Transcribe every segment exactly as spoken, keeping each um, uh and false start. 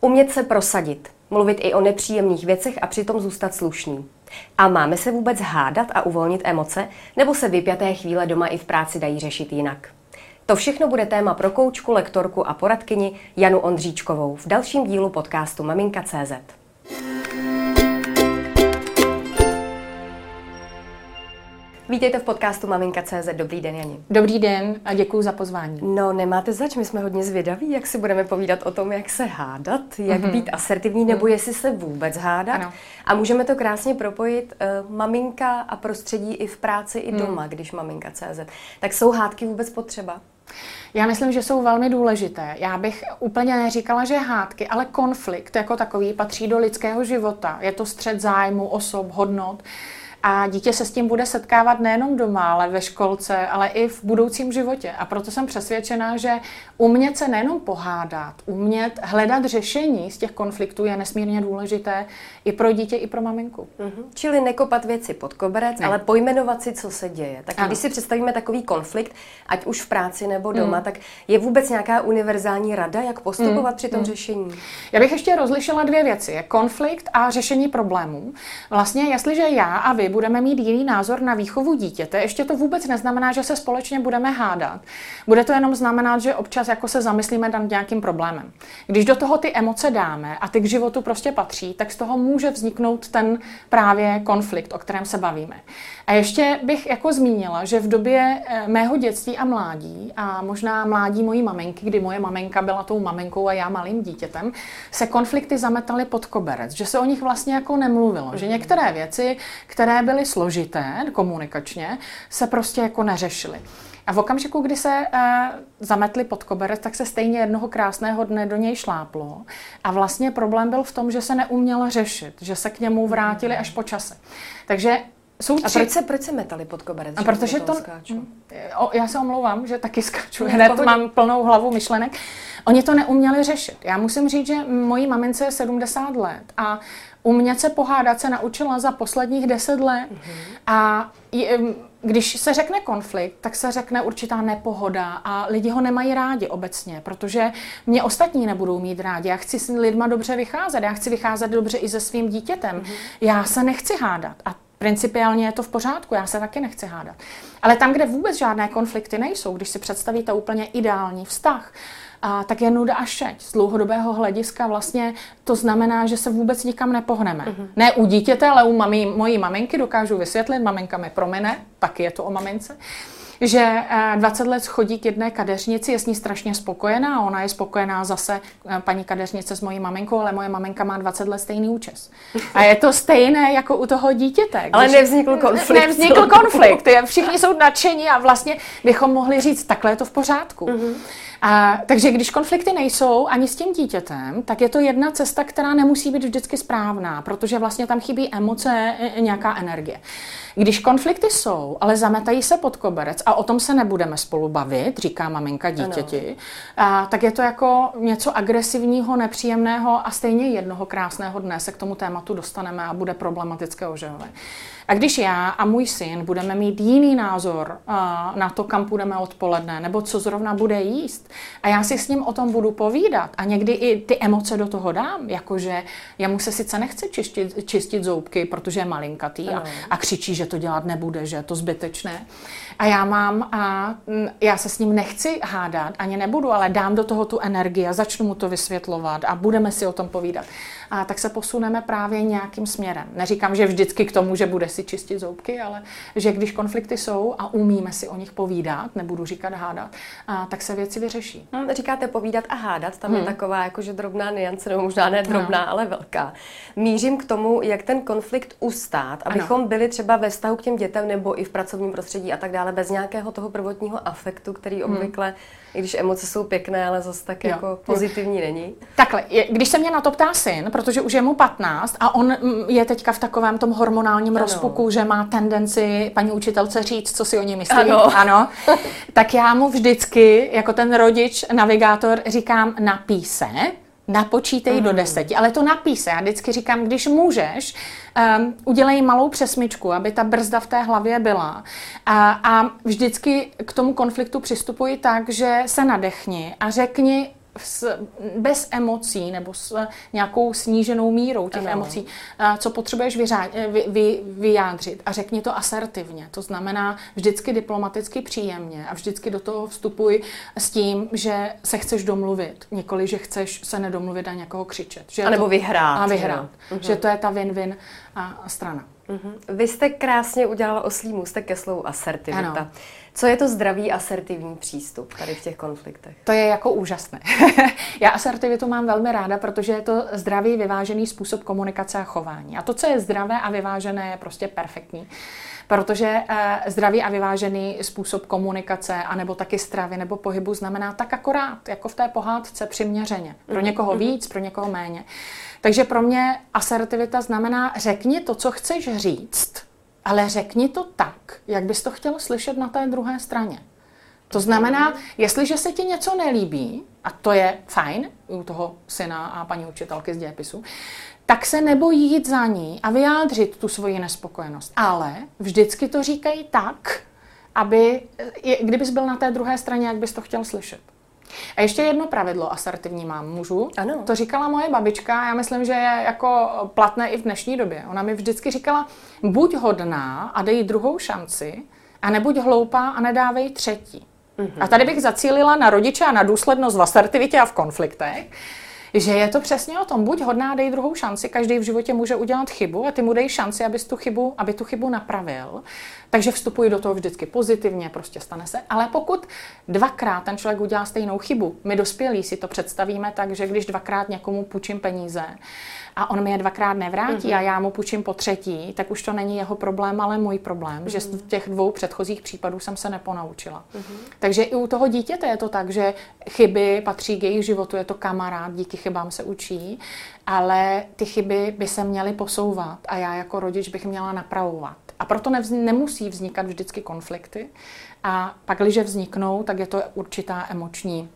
Umět se prosadit, mluvit i o nepříjemných věcech a přitom zůstat slušný. A máme se vůbec hádat a uvolnit emoce, nebo se vypjaté chvíle doma i v práci dají řešit jinak? To všechno bude téma pro koučku, lektorku a poradkyni Janu Ondříčkovou v dalším dílu podcastu Maminka tečka cé zet. Vítejte v podcastu Maminka tečka cé zet. Dobrý den, Jani. Dobrý den a děkuji za pozvání. No, nemáte zač, my jsme hodně zvědaví, jak si budeme povídat o tom, jak se hádat, jak mm-hmm. být asertivní, nebo mm. jestli se vůbec hádat. Ano. A můžeme to krásně propojit uh, maminka a prostředí i v práci, i doma, mm. když Maminka tečka cé zet. Tak jsou hádky vůbec potřeba? Já myslím, že jsou velmi důležité. Já bych úplně neříkala, že hádky, ale konflikt jako takový patří do lidského života. Je to střet zájmu, osob, hodnot. A dítě se s tím bude setkávat nejenom doma, ale ve školce, ale i v budoucím životě. A proto jsem přesvědčená, že umět se nejenom pohádat, umět hledat řešení z těch konfliktů je nesmírně důležité i pro dítě, i pro maminku. Mm-hmm. Čili nekopat věci pod koberec, ne. ale pojmenovat si, co se děje. Tak ano. Když si představíme takový konflikt, ať už v práci nebo doma, mm. tak je vůbec nějaká univerzální rada, jak postupovat mm. při tom mm. řešení? Já bych ještě rozlišila dvě věci. Je konflikt a řešení problémů. Vlastně, jestliže já a vy budeme mít jiný názor na výchovu dítěte, ještě to vůbec neznamená, že se společně budeme hádat. Bude to jenom znamenat, že občas jako se zamyslíme nad nějakým problémem. Když do toho ty emoce dáme a ty k životu prostě patří, tak z toho může vzniknout ten právě konflikt, o kterém se bavíme. A ještě bych jako zmínila, že v době mého dětství a mládí a možná mládí mojí maminky, kdy moje maminka byla tou maminkou a já malým dítětem, se konflikty zametaly pod koberec, že se o nich vlastně jako nemluvilo, že některé věci, které byly složité komunikačně, se prostě jako neřešily. A v okamžiku, kdy se e, zametli pod koberec, tak se stejně jednoho krásného dne do něj šláplo. A vlastně problém byl v tom, že se neumělo řešit, že se k němu vrátili až po čase. Takže jsou tři... A proč se, proč se metali pod koberec? A protože to... O, já se omlouvám, že taky skáču. Hned pohodě. Mám plnou hlavu myšlenek. Oni to neuměli řešit. Já musím říct, že mojí mamince je sedmdesát let a umět se pohádat se naučila za posledních deset let. Mm-hmm. A je, když se řekne konflikt, tak se řekne určitá nepohoda a lidi ho nemají rádi obecně, protože mě ostatní nebudou mít rádi. Já chci s lidma dobře vycházet, já chci vycházet dobře i se svým dítětem. Mm-hmm. Já se nechci hádat a principiálně je to v pořádku, já se taky nechci hádat. Ale tam, kde vůbec žádné konflikty nejsou, když si představíte úplně ideální vztah, a tak je nuda a šeť. Z dlouhodobého hlediska vlastně to znamená, že se vůbec nikam nepohneme. Mm-hmm. Ne u dítěte, ale u mami, mojí maminky dokážu vysvětlit, maminka mi promine, taky je to o mamince, že dvacet let chodí k jedné kadeřnici, je s ní strašně spokojená, ona je spokojená zase paní kadeřnice s mojí maminkou, ale moje maminka má dvacet let stejný účes. A je to stejné jako u toho dítěte. Když ale nevznikl konflikt. Nevznikl konflikt. Všichni jsou nadšení a vlastně bychom mohli říct, takhle je to v pořádku. Mm-hmm. A, takže když konflikty nejsou ani s tím dítětem, tak je to jedna cesta, která nemusí být vždycky správná, protože vlastně tam chybí emoce, nějaká energie. Když konflikty jsou, ale zametají se pod koberec a o tom se nebudeme spolu bavit, říká maminka dítěti, a, tak je to jako něco agresivního, nepříjemného a stejně jednoho krásného dne se k tomu tématu dostaneme a bude problematické ožehové. A když já a můj syn budeme mít jiný názor uh, na to, kam půjdeme odpoledne, nebo co zrovna bude jíst, a já si s ním o tom budu povídat a někdy i ty emoce do toho dám, jakože jemu se sice nechce čistit, čistit zoubky, protože je malinkatý a, a křičí, že to dělat nebude, že je to zbytečné. A já mám, a já se s ním nechci hádat, ani nebudu, ale dám do toho tu energii a začnu mu to vysvětlovat a budeme si o tom povídat. A tak se posuneme právě nějakým směrem. Neříkám, že vždycky k tomu, že bude si čistit zoubky, ale že když konflikty jsou a umíme si o nich povídat, nebudu říkat hádat, a tak se věci vyřeší. Hmm, říkáte povídat a hádat, tam hmm. je taková jakože drobná niance, nebo možná ne drobná, no. ale velká. Mířím k tomu, jak ten konflikt ustát, abychom ano. byli třeba ve vztahu k těm dětem nebo i v pracovním prostředí a tak dále, bez nějakého toho prvotního afektu, který hmm. obvykle, i když emoce jsou pěkné, ale zase tak jo. jako pozitivní není. Takhle, když se mě na to ptá syn, protože už je mu patnáct a on je teďka v takovém tom hormonálním ano. rozpuku, že má tendenci paní učitelce říct, co si o ní myslí. Ano. ano. Tak já mu vždycky, jako ten rodič, navigátor, říkám napij se, napočítej mm. do deseti, ale to napij se. Já vždycky říkám, když můžeš, um, udělej malou přesmičku, aby ta brzda v té hlavě byla. A, a vždycky k tomu konfliktu přistupuji tak, že se nadechni a řekni s, bez emocí nebo s nějakou sníženou mírou těch ano. emocí, co potřebuješ vyřád, vy, vy, vyjádřit a řekni to asertivně. To znamená vždycky diplomaticky příjemně a vždycky do toho vstupuj s tím, že se chceš domluvit, nikoli, že chceš se nedomluvit a někoho křičet. Že a nebo to, vyhrát. A vyhrát. Uh-huh. Že to je ta win-win a, a strana. Uh-huh. Vy jste krásně udělala oslí můstek ke slovu asertivita. Ano. Co je to zdravý asertivní přístup tady v těch konfliktech? To je jako úžasné. Já asertivitu mám velmi ráda, protože je to zdravý, vyvážený způsob komunikace a chování. A to, co je zdravé a vyvážené, je prostě perfektní. Protože eh, zdravý a vyvážený způsob komunikace anebo taky stravy nebo pohybu znamená tak akorát, jako v té pohádce přiměřeně. Pro někoho víc, pro někoho méně. Takže pro mě asertivita znamená řekni to, co chceš říct, ale řekni to tak, jak bys to chtěl slyšet na té druhé straně. To znamená, jestliže se ti něco nelíbí, a to je fajn u toho syna a paní učitelky z dějepisu, tak se nebojí jít za ní a vyjádřit tu svoji nespokojenost. Ale vždycky to říkají tak, aby, kdybys byl na té druhé straně, jak bys to chtěl slyšet. A ještě jedno pravidlo asertivní mám, můžu? Ano. To říkala moje babička, já myslím, že je jako platné i v dnešní době. Ona mi vždycky říkala, buď hodná a dej druhou šanci, a nebuď hloupá a nedávej třetí. Mm-hmm. A tady bych zacílila na rodiče a na důslednost v asertivitě a v konfliktech, že je to přesně o tom, buď hodná, dej druhou šanci, každý v životě může udělat chybu a ty mu dej šanci, aby tu chybu, aby tu chybu napravil. Takže vstupuji do toho vždycky pozitivně, prostě stane se. Ale pokud dvakrát ten člověk udělá stejnou chybu, my dospělí si to představíme tak, že když dvakrát někomu půjčím peníze a on mi je dvakrát nevrátí uh-huh. a já mu půjčím po třetí, tak už to není jeho problém, ale můj problém, uh-huh. že z těch dvou předchozích případů jsem se neponaučila. Uh-huh. Takže i u toho dítěte je to tak, že chyby patří k jejich životu, je to kamarád, díky chybám se učí, ale ty chyby by se měly posouvat a já jako rodič bych měla napravovat. A proto nevz, nemusí vznikat vždycky konflikty a pak, když vzniknou, tak je to určitá emoční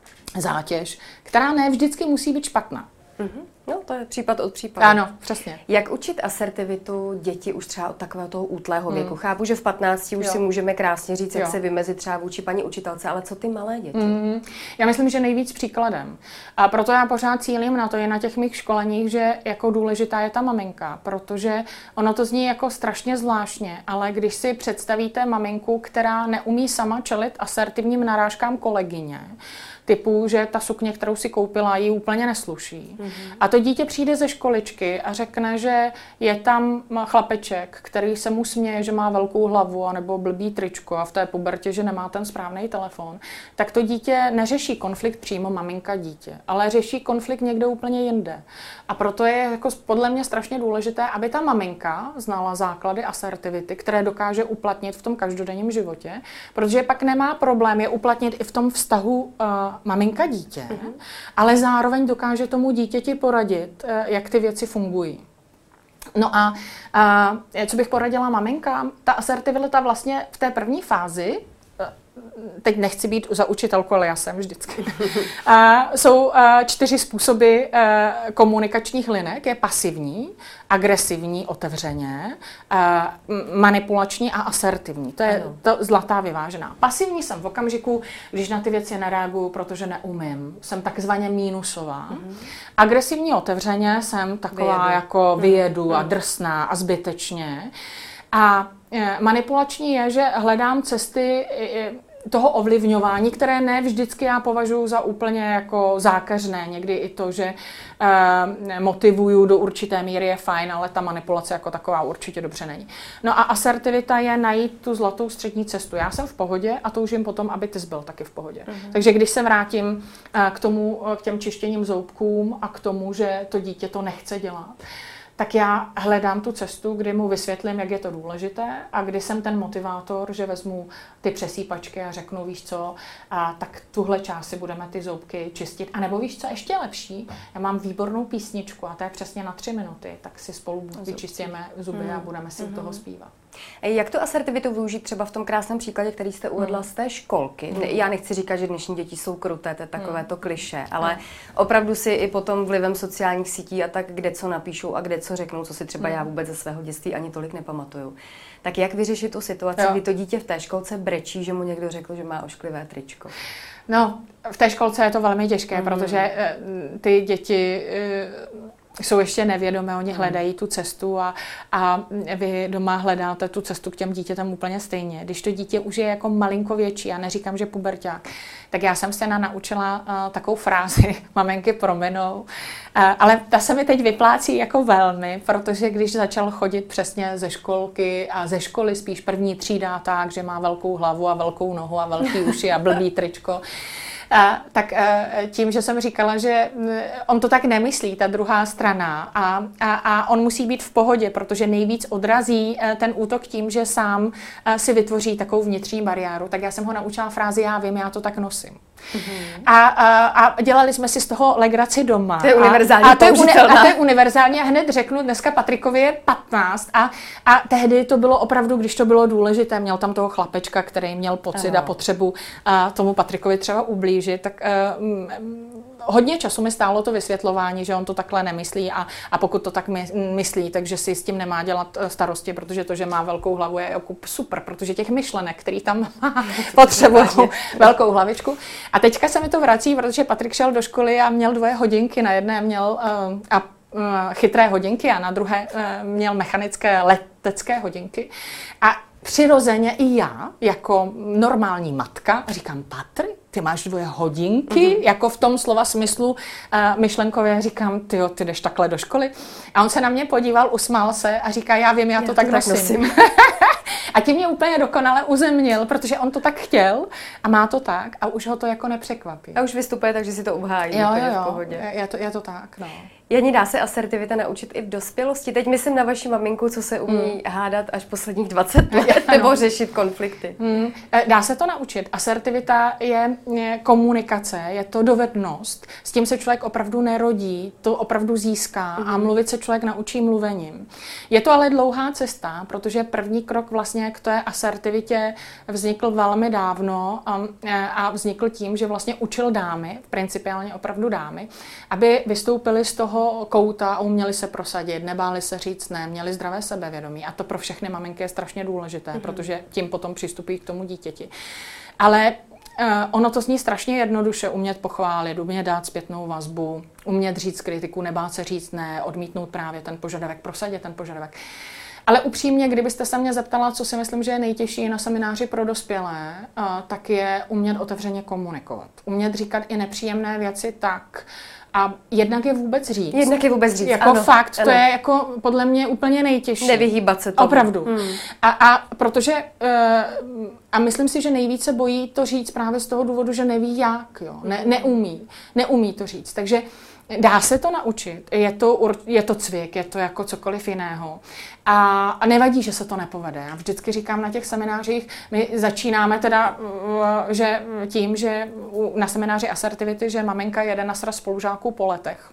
zátěž, která ne vždycky musí být špatná. Mm-hmm. No, to je případ od případu. Ano, přesně. Jak učit asertivitu děti už třeba od takového toho útlého věku? Hmm. Chápu, že v patnácti už jo. si můžeme krásně říct, jak jo. se vymezit třeba vůči paní učitelce, ale co ty malé děti? Hmm. Já myslím, že nejvíc příkladem. A proto já pořád cílím na to, je na těch mých školeních, že jako důležitá je ta maminka, protože ono to zní jako strašně zvláštně, ale když si představíte maminku, která neumí sama čelit asertivním narážkám kolegyně, typu, že ta sukně, kterou si koupila, jí úplně nesluší. Mm-hmm. A to dítě přijde ze školičky a řekne, že je tam chlapeček, který se mu směje, že má velkou hlavu anebo blbý tričko a v té pubertě, že nemá ten správný telefon. Tak to dítě neřeší konflikt přímo maminka dítě, ale řeší konflikt někde úplně jinde. A proto je jako podle mě strašně důležité, aby ta maminka znala základy asertivity, které dokáže uplatnit v tom každodenním životě, protože pak nemá problém je uplatnit i v tom vztahu uh, maminka dítě, mm-hmm. ale zároveň dokáže tomu dítěti poradit, jak ty věci fungují. No a, a co bych poradila maminkám, ta asertivita vlastně v té první fázi, teď nechci být za učitelku, ale já jsem vždycky, a jsou a, čtyři způsoby a, komunikačních linek. Je pasivní, agresivní, otevřeně, a, manipulační a asertivní. To je ano. to zlatá vyvážená. Pasivní jsem v okamžiku, když na ty věci nereaguju, protože neumím. Jsem takzvaně mínusová. Uh-huh. Agresivní, otevřeně jsem taková vyjedu. jako vyjedu uh-huh. a drsná a zbytečně. A manipulační je, že hledám cesty toho ovlivňování, které ne vždycky já považuji za úplně jako zákeřné. Někdy i to, že eh, motivuju do určité míry je fajn, ale ta manipulace jako taková určitě dobře není. No a asertivita je najít tu zlatou střední cestu. Já jsem v pohodě a toužím potom, aby ty byl taky v pohodě. Uh-huh. Takže když se vrátím eh, k tomu, k těm čištěním zoubkům a k tomu, že to dítě to nechce dělat, tak já hledám tu cestu, kdy mu vysvětlím, jak je to důležité a kdy jsem ten motivátor, že vezmu ty přesýpačky a řeknu, víš co, a tak tuhle část si budeme ty zoubky čistit. A nebo víš co, ještě lepší, já mám výbornou písničku a to je přesně na tři minuty, tak si spolu vyčistíme zuby mm. a budeme si mm. u toho zpívat. Jak tu asertivitu využít třeba v tom krásném příkladě, který jste uvedla hmm. z té školky? Hmm. Já nechci říkat, že dnešní děti jsou kruté, to je takové hmm. to klišé, ale hmm. opravdu si i potom vlivem sociálních sítí a tak, kde co napíšou a kde co řeknou, co si třeba hmm. já vůbec ze svého dětství ani tolik nepamatuju. Tak jak vyřešit tu situaci, jo. kdy to dítě v té školce brečí, že mu někdo řekl, že má ošklivé tričko? No, v té školce je to velmi těžké, hmm. protože ty děti jsou ještě nevědomé, oni hledají tu cestu a, a vy doma hledáte tu cestu k těm dítětem úplně stejně. Když to dítě už je jako malinko větší, já neříkám, že puberťák, tak já jsem se na naučila uh, takovou frázi, maminky prominou, uh, ale ta se mi teď vyplácí jako velmi, protože když začal chodit přesně ze školky a ze školy spíš první třída tak, že má velkou hlavu a velkou nohu a velký uši a blbý tričko, A, tak tím, že jsem říkala, že on to tak nemyslí, ta druhá strana a, a, a on musí být v pohodě, protože nejvíc odrazí ten útok tím, že sám si vytvoří takovou vnitřní bariéru, tak já jsem ho naučila frázi já vím, já to tak nosím. Mm-hmm. A, a, a dělali jsme si z toho legraci doma. To je univerzální a, a, to je uni, a to je univerzální a hned řeknu, dneska Patrikovi je patnáct a, a tehdy to bylo opravdu, když to bylo důležité, měl tam toho chlapečka, který měl pocit Aha. a potřebu a tomu Patrikovi třeba ublížit, tak um, hodně času mi stálo to vysvětlování, že on to takhle nemyslí a, a pokud to tak my, myslí, takže si s tím nemá dělat starosti, protože to, že má velkou hlavu, je jako super, protože těch myšlenek, který tam má, potřebují velkou hlavičku. A teďka se mi to vrací, protože Patrik šel do školy a měl dvoje hodinky, na jedné měl uh, a uh, chytré hodinky a na druhé uh, měl mechanické letecké hodinky. A přirozeně i já, jako normální matka, říkám, Patry, ty máš dvoje hodinky, mm-hmm. jako v tom slova smyslu uh, myšlenkově, říkám, tyjo, ty jdeš takhle do školy. A on se na mě podíval, usmál se a říká, já vím, já, já to, to tak nosím. nosím. A tím mě úplně dokonale uzemnil, protože on to tak chtěl a má to tak a už ho to jako nepřekvapí. A už vystupuje, takže si to obhájí. Jo, jo, v jo, pohodě. Je, to, je to tak, no. Janí, dá se asertivita naučit i v dospělosti? Teď myslím na vaši maminku, co se umí hmm. hádat až posledních dvacet let, nebo řešit konflikty. Hmm. Dá se to naučit. Asertivita je, je komunikace, je to dovednost. S tím se člověk opravdu nerodí, to opravdu získá hmm. a mluvit se člověk naučí mluvením. Je to ale dlouhá cesta, protože první krok vlastně k té asertivitě vznikl velmi dávno a, a vznikl tím, že vlastně učil dámy, principiálně opravdu dámy, aby vystoupili z toho kouta a uměli se prosadit, nebáli se říct ne, měli zdravé sebevědomí. A to pro všechny maminky je strašně důležité, mm-hmm. protože tím potom přistupují k tomu dítěti. Ale uh, ono to zní strašně jednoduše, umět pochválit, umět dát zpětnou vazbu, umět říct kritiku, nebát se říct ne, odmítnout právě ten požadavek, prosadit ten požadavek. Ale upřímně, kdybyste se mě zeptala, co si myslím, že je nejtěžší na semináři pro dospělé, uh, tak je umět otevřeně komunikovat. Umět říkat i nepříjemné věci tak, a jednak je vůbec říct. Jednak je vůbec říct, Jako ano, fakt, ano. To je jako podle mě úplně nejtěžší. Nevyhýbat se tomu. Opravdu. Hmm. A, a protože, uh, a myslím si, že nejvíce bojí to říct právě z toho důvodu, že neví jak, jo. Ne, neumí. Neumí to říct. Takže dá se to naučit. Je to, je to cvik, je to jako cokoliv jiného. A, a nevadí, že se to nepovede. Já vždycky říkám na těch seminářích, my začínáme teda že tím, že na semináři asertivity, že maminka jede na sraz spolužáků po letech.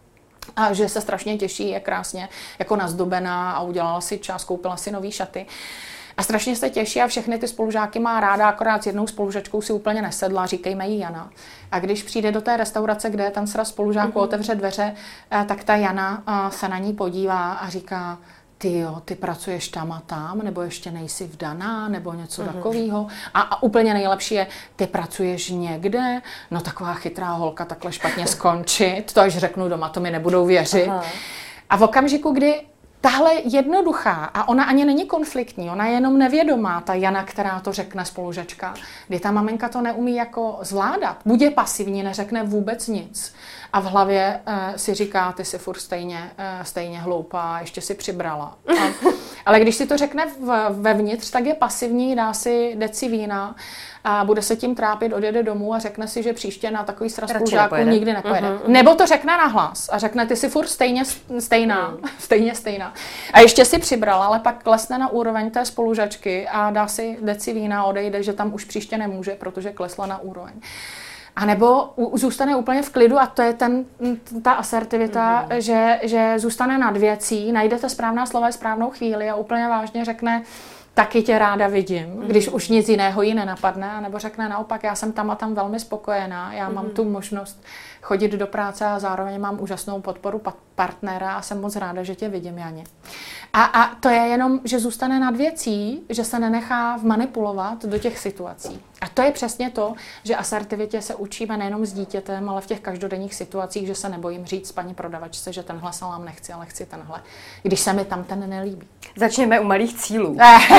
A že se strašně těší, je krásně jako nazdobená a udělala si čas, koupila si nový šaty. A strašně se těší a všechny ty spolužáky má ráda, akorát s jednou spolužačkou si úplně nesedla, říkejme jí Jana. A když přijde do té restaurace, kde ten sraz spolužáků mm-hmm. otevře dveře, tak ta Jana se na ní podívá a říká, ty jo, ty pracuješ tam a tam, nebo ještě nejsi vdaná, nebo něco mm-hmm. takového. A, a úplně nejlepší je, ty pracuješ někde, no taková chytrá holka takhle špatně skončit, to až řeknu doma, to mi nebudou věřit. Aha. A v okamžiku, kdy tahle jednoduchá, a ona ani není konfliktní, ona je jenom nevědomá, ta Jana, která to řekne spolužačka, kdy ta maminka to neumí jako zvládat. Buď je pasivní, neřekne vůbec nic. A v hlavě e, si říká, ty jsi furt stejně, e, stejně hloupá, ještě si přibrala. A, ale když si to řekne v, vevnitř, tak je pasivní, dá si deci vína a bude se tím trápit, odjede domů a řekne si, že příště na takový sraz spolužáků nikdy nepojede. Uh-huh. Nebo to řekne nahlas a řekne, ty jsi furt stejně stejná, uh-huh. stejně stejná. A ještě si přibrala, ale pak klesne na úroveň té spolužačky a dá si deci vína, odejde, že tam už příště nemůže, protože klesla na úroveň. A nebo u, zůstane úplně v klidu a to je ten, ta asertivita, mm-hmm. že, že zůstane nad věcí, najdete správná slova, správnou chvíli a úplně vážně řekne, taky tě ráda vidím, mm-hmm. když už nic jiného jí nenapadne, nebo řekne naopak, já jsem tam a tam velmi spokojená, já mm-hmm. mám tu možnost chodit do práce a zároveň mám úžasnou podporu partnera a jsem moc ráda, že tě vidím, Jani. A, a to je jenom, že zůstane nad věcí, že se nenechá vmanipulovat do těch situací. A to je přesně to, že asertivitě se učíme nejenom s dítětem, ale v těch každodenních situacích, že se nebojím říct paní prodavačce, že tenhle salám nechci, ale chci tenhle, když se mi tam ten nelíbí. Začněme u malých cílů.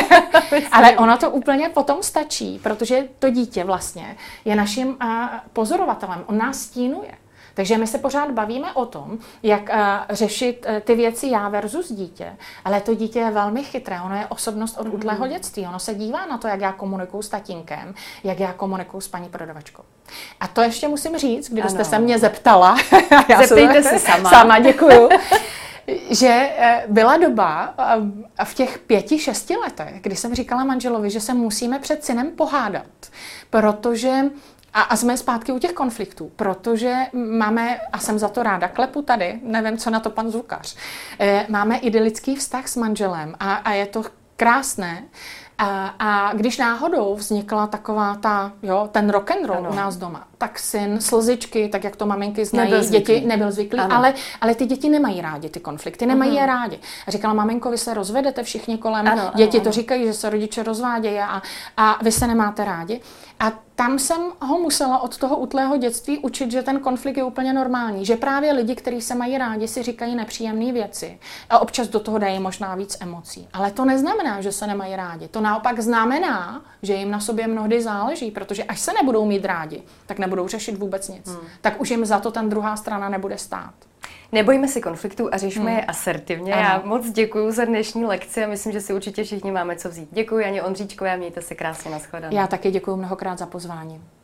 Ale ono to úplně potom stačí, protože to dítě vlastně je naším uh, pozorovatelem, on nás stínuje. Takže my se pořád bavíme o tom, jak uh, řešit uh, ty věci já versus dítě, ale to dítě je velmi chytré, ono je osobnost od útlého dětství, ono se dívá na to, jak já komunikuju s tatínkem, jak já komunikuju s paní prodavačkou. A to ještě musím říct, kdybyste ano. se mě zeptala, já zeptejte se sama. Sama, děkuju. Že byla doba v těch pěti, šesti letech, kdy jsem říkala manželovi, že se musíme před synem pohádat, protože A, a jsme zpátky u těch konfliktů, protože máme, a jsem za to ráda, klepu tady, nevím, co na to pan zvukař, e, máme idylický vztah s manželem a, a je to krásné. A, a když náhodou vznikla taková ta, jo, ten rock and roll ano. u nás doma, tak syn, slzičky, tak jak to maminky znají, nebyl děti nebyl zvyklý, ale, ale ty děti nemají rádi ty konflikty, nemají uh-huh. je rádi. A říkala, maminko, vy se rozvedete všichni kolem, ano, děti ano, to ano. říkají, že se rodiče rozvádějí a, a vy se nemáte rádi. A tam jsem ho musela od toho útlého dětství učit, že ten konflikt je úplně normální, že právě lidi, kteří se mají rádi, si říkají nepříjemné věci a občas do toho dají možná víc emocí. Ale to neznamená, že se nemají rádi. To naopak znamená, že jim na sobě mnohdy záleží, protože až se nebudou mít rádi, tak nebudou řešit vůbec nic. Hmm. Tak už jim za to ten druhá strana nebude stát. Nebojíme si konfliktů a řešíme hmm. je asertivně. Ano. Já moc děkuji za dnešní lekci a myslím, že si určitě všichni máme co vzít. Děkuji Janě Ondříčkové a mějte se krásně, nashledanou. Já taky děkuji mnohokrát za pozvání.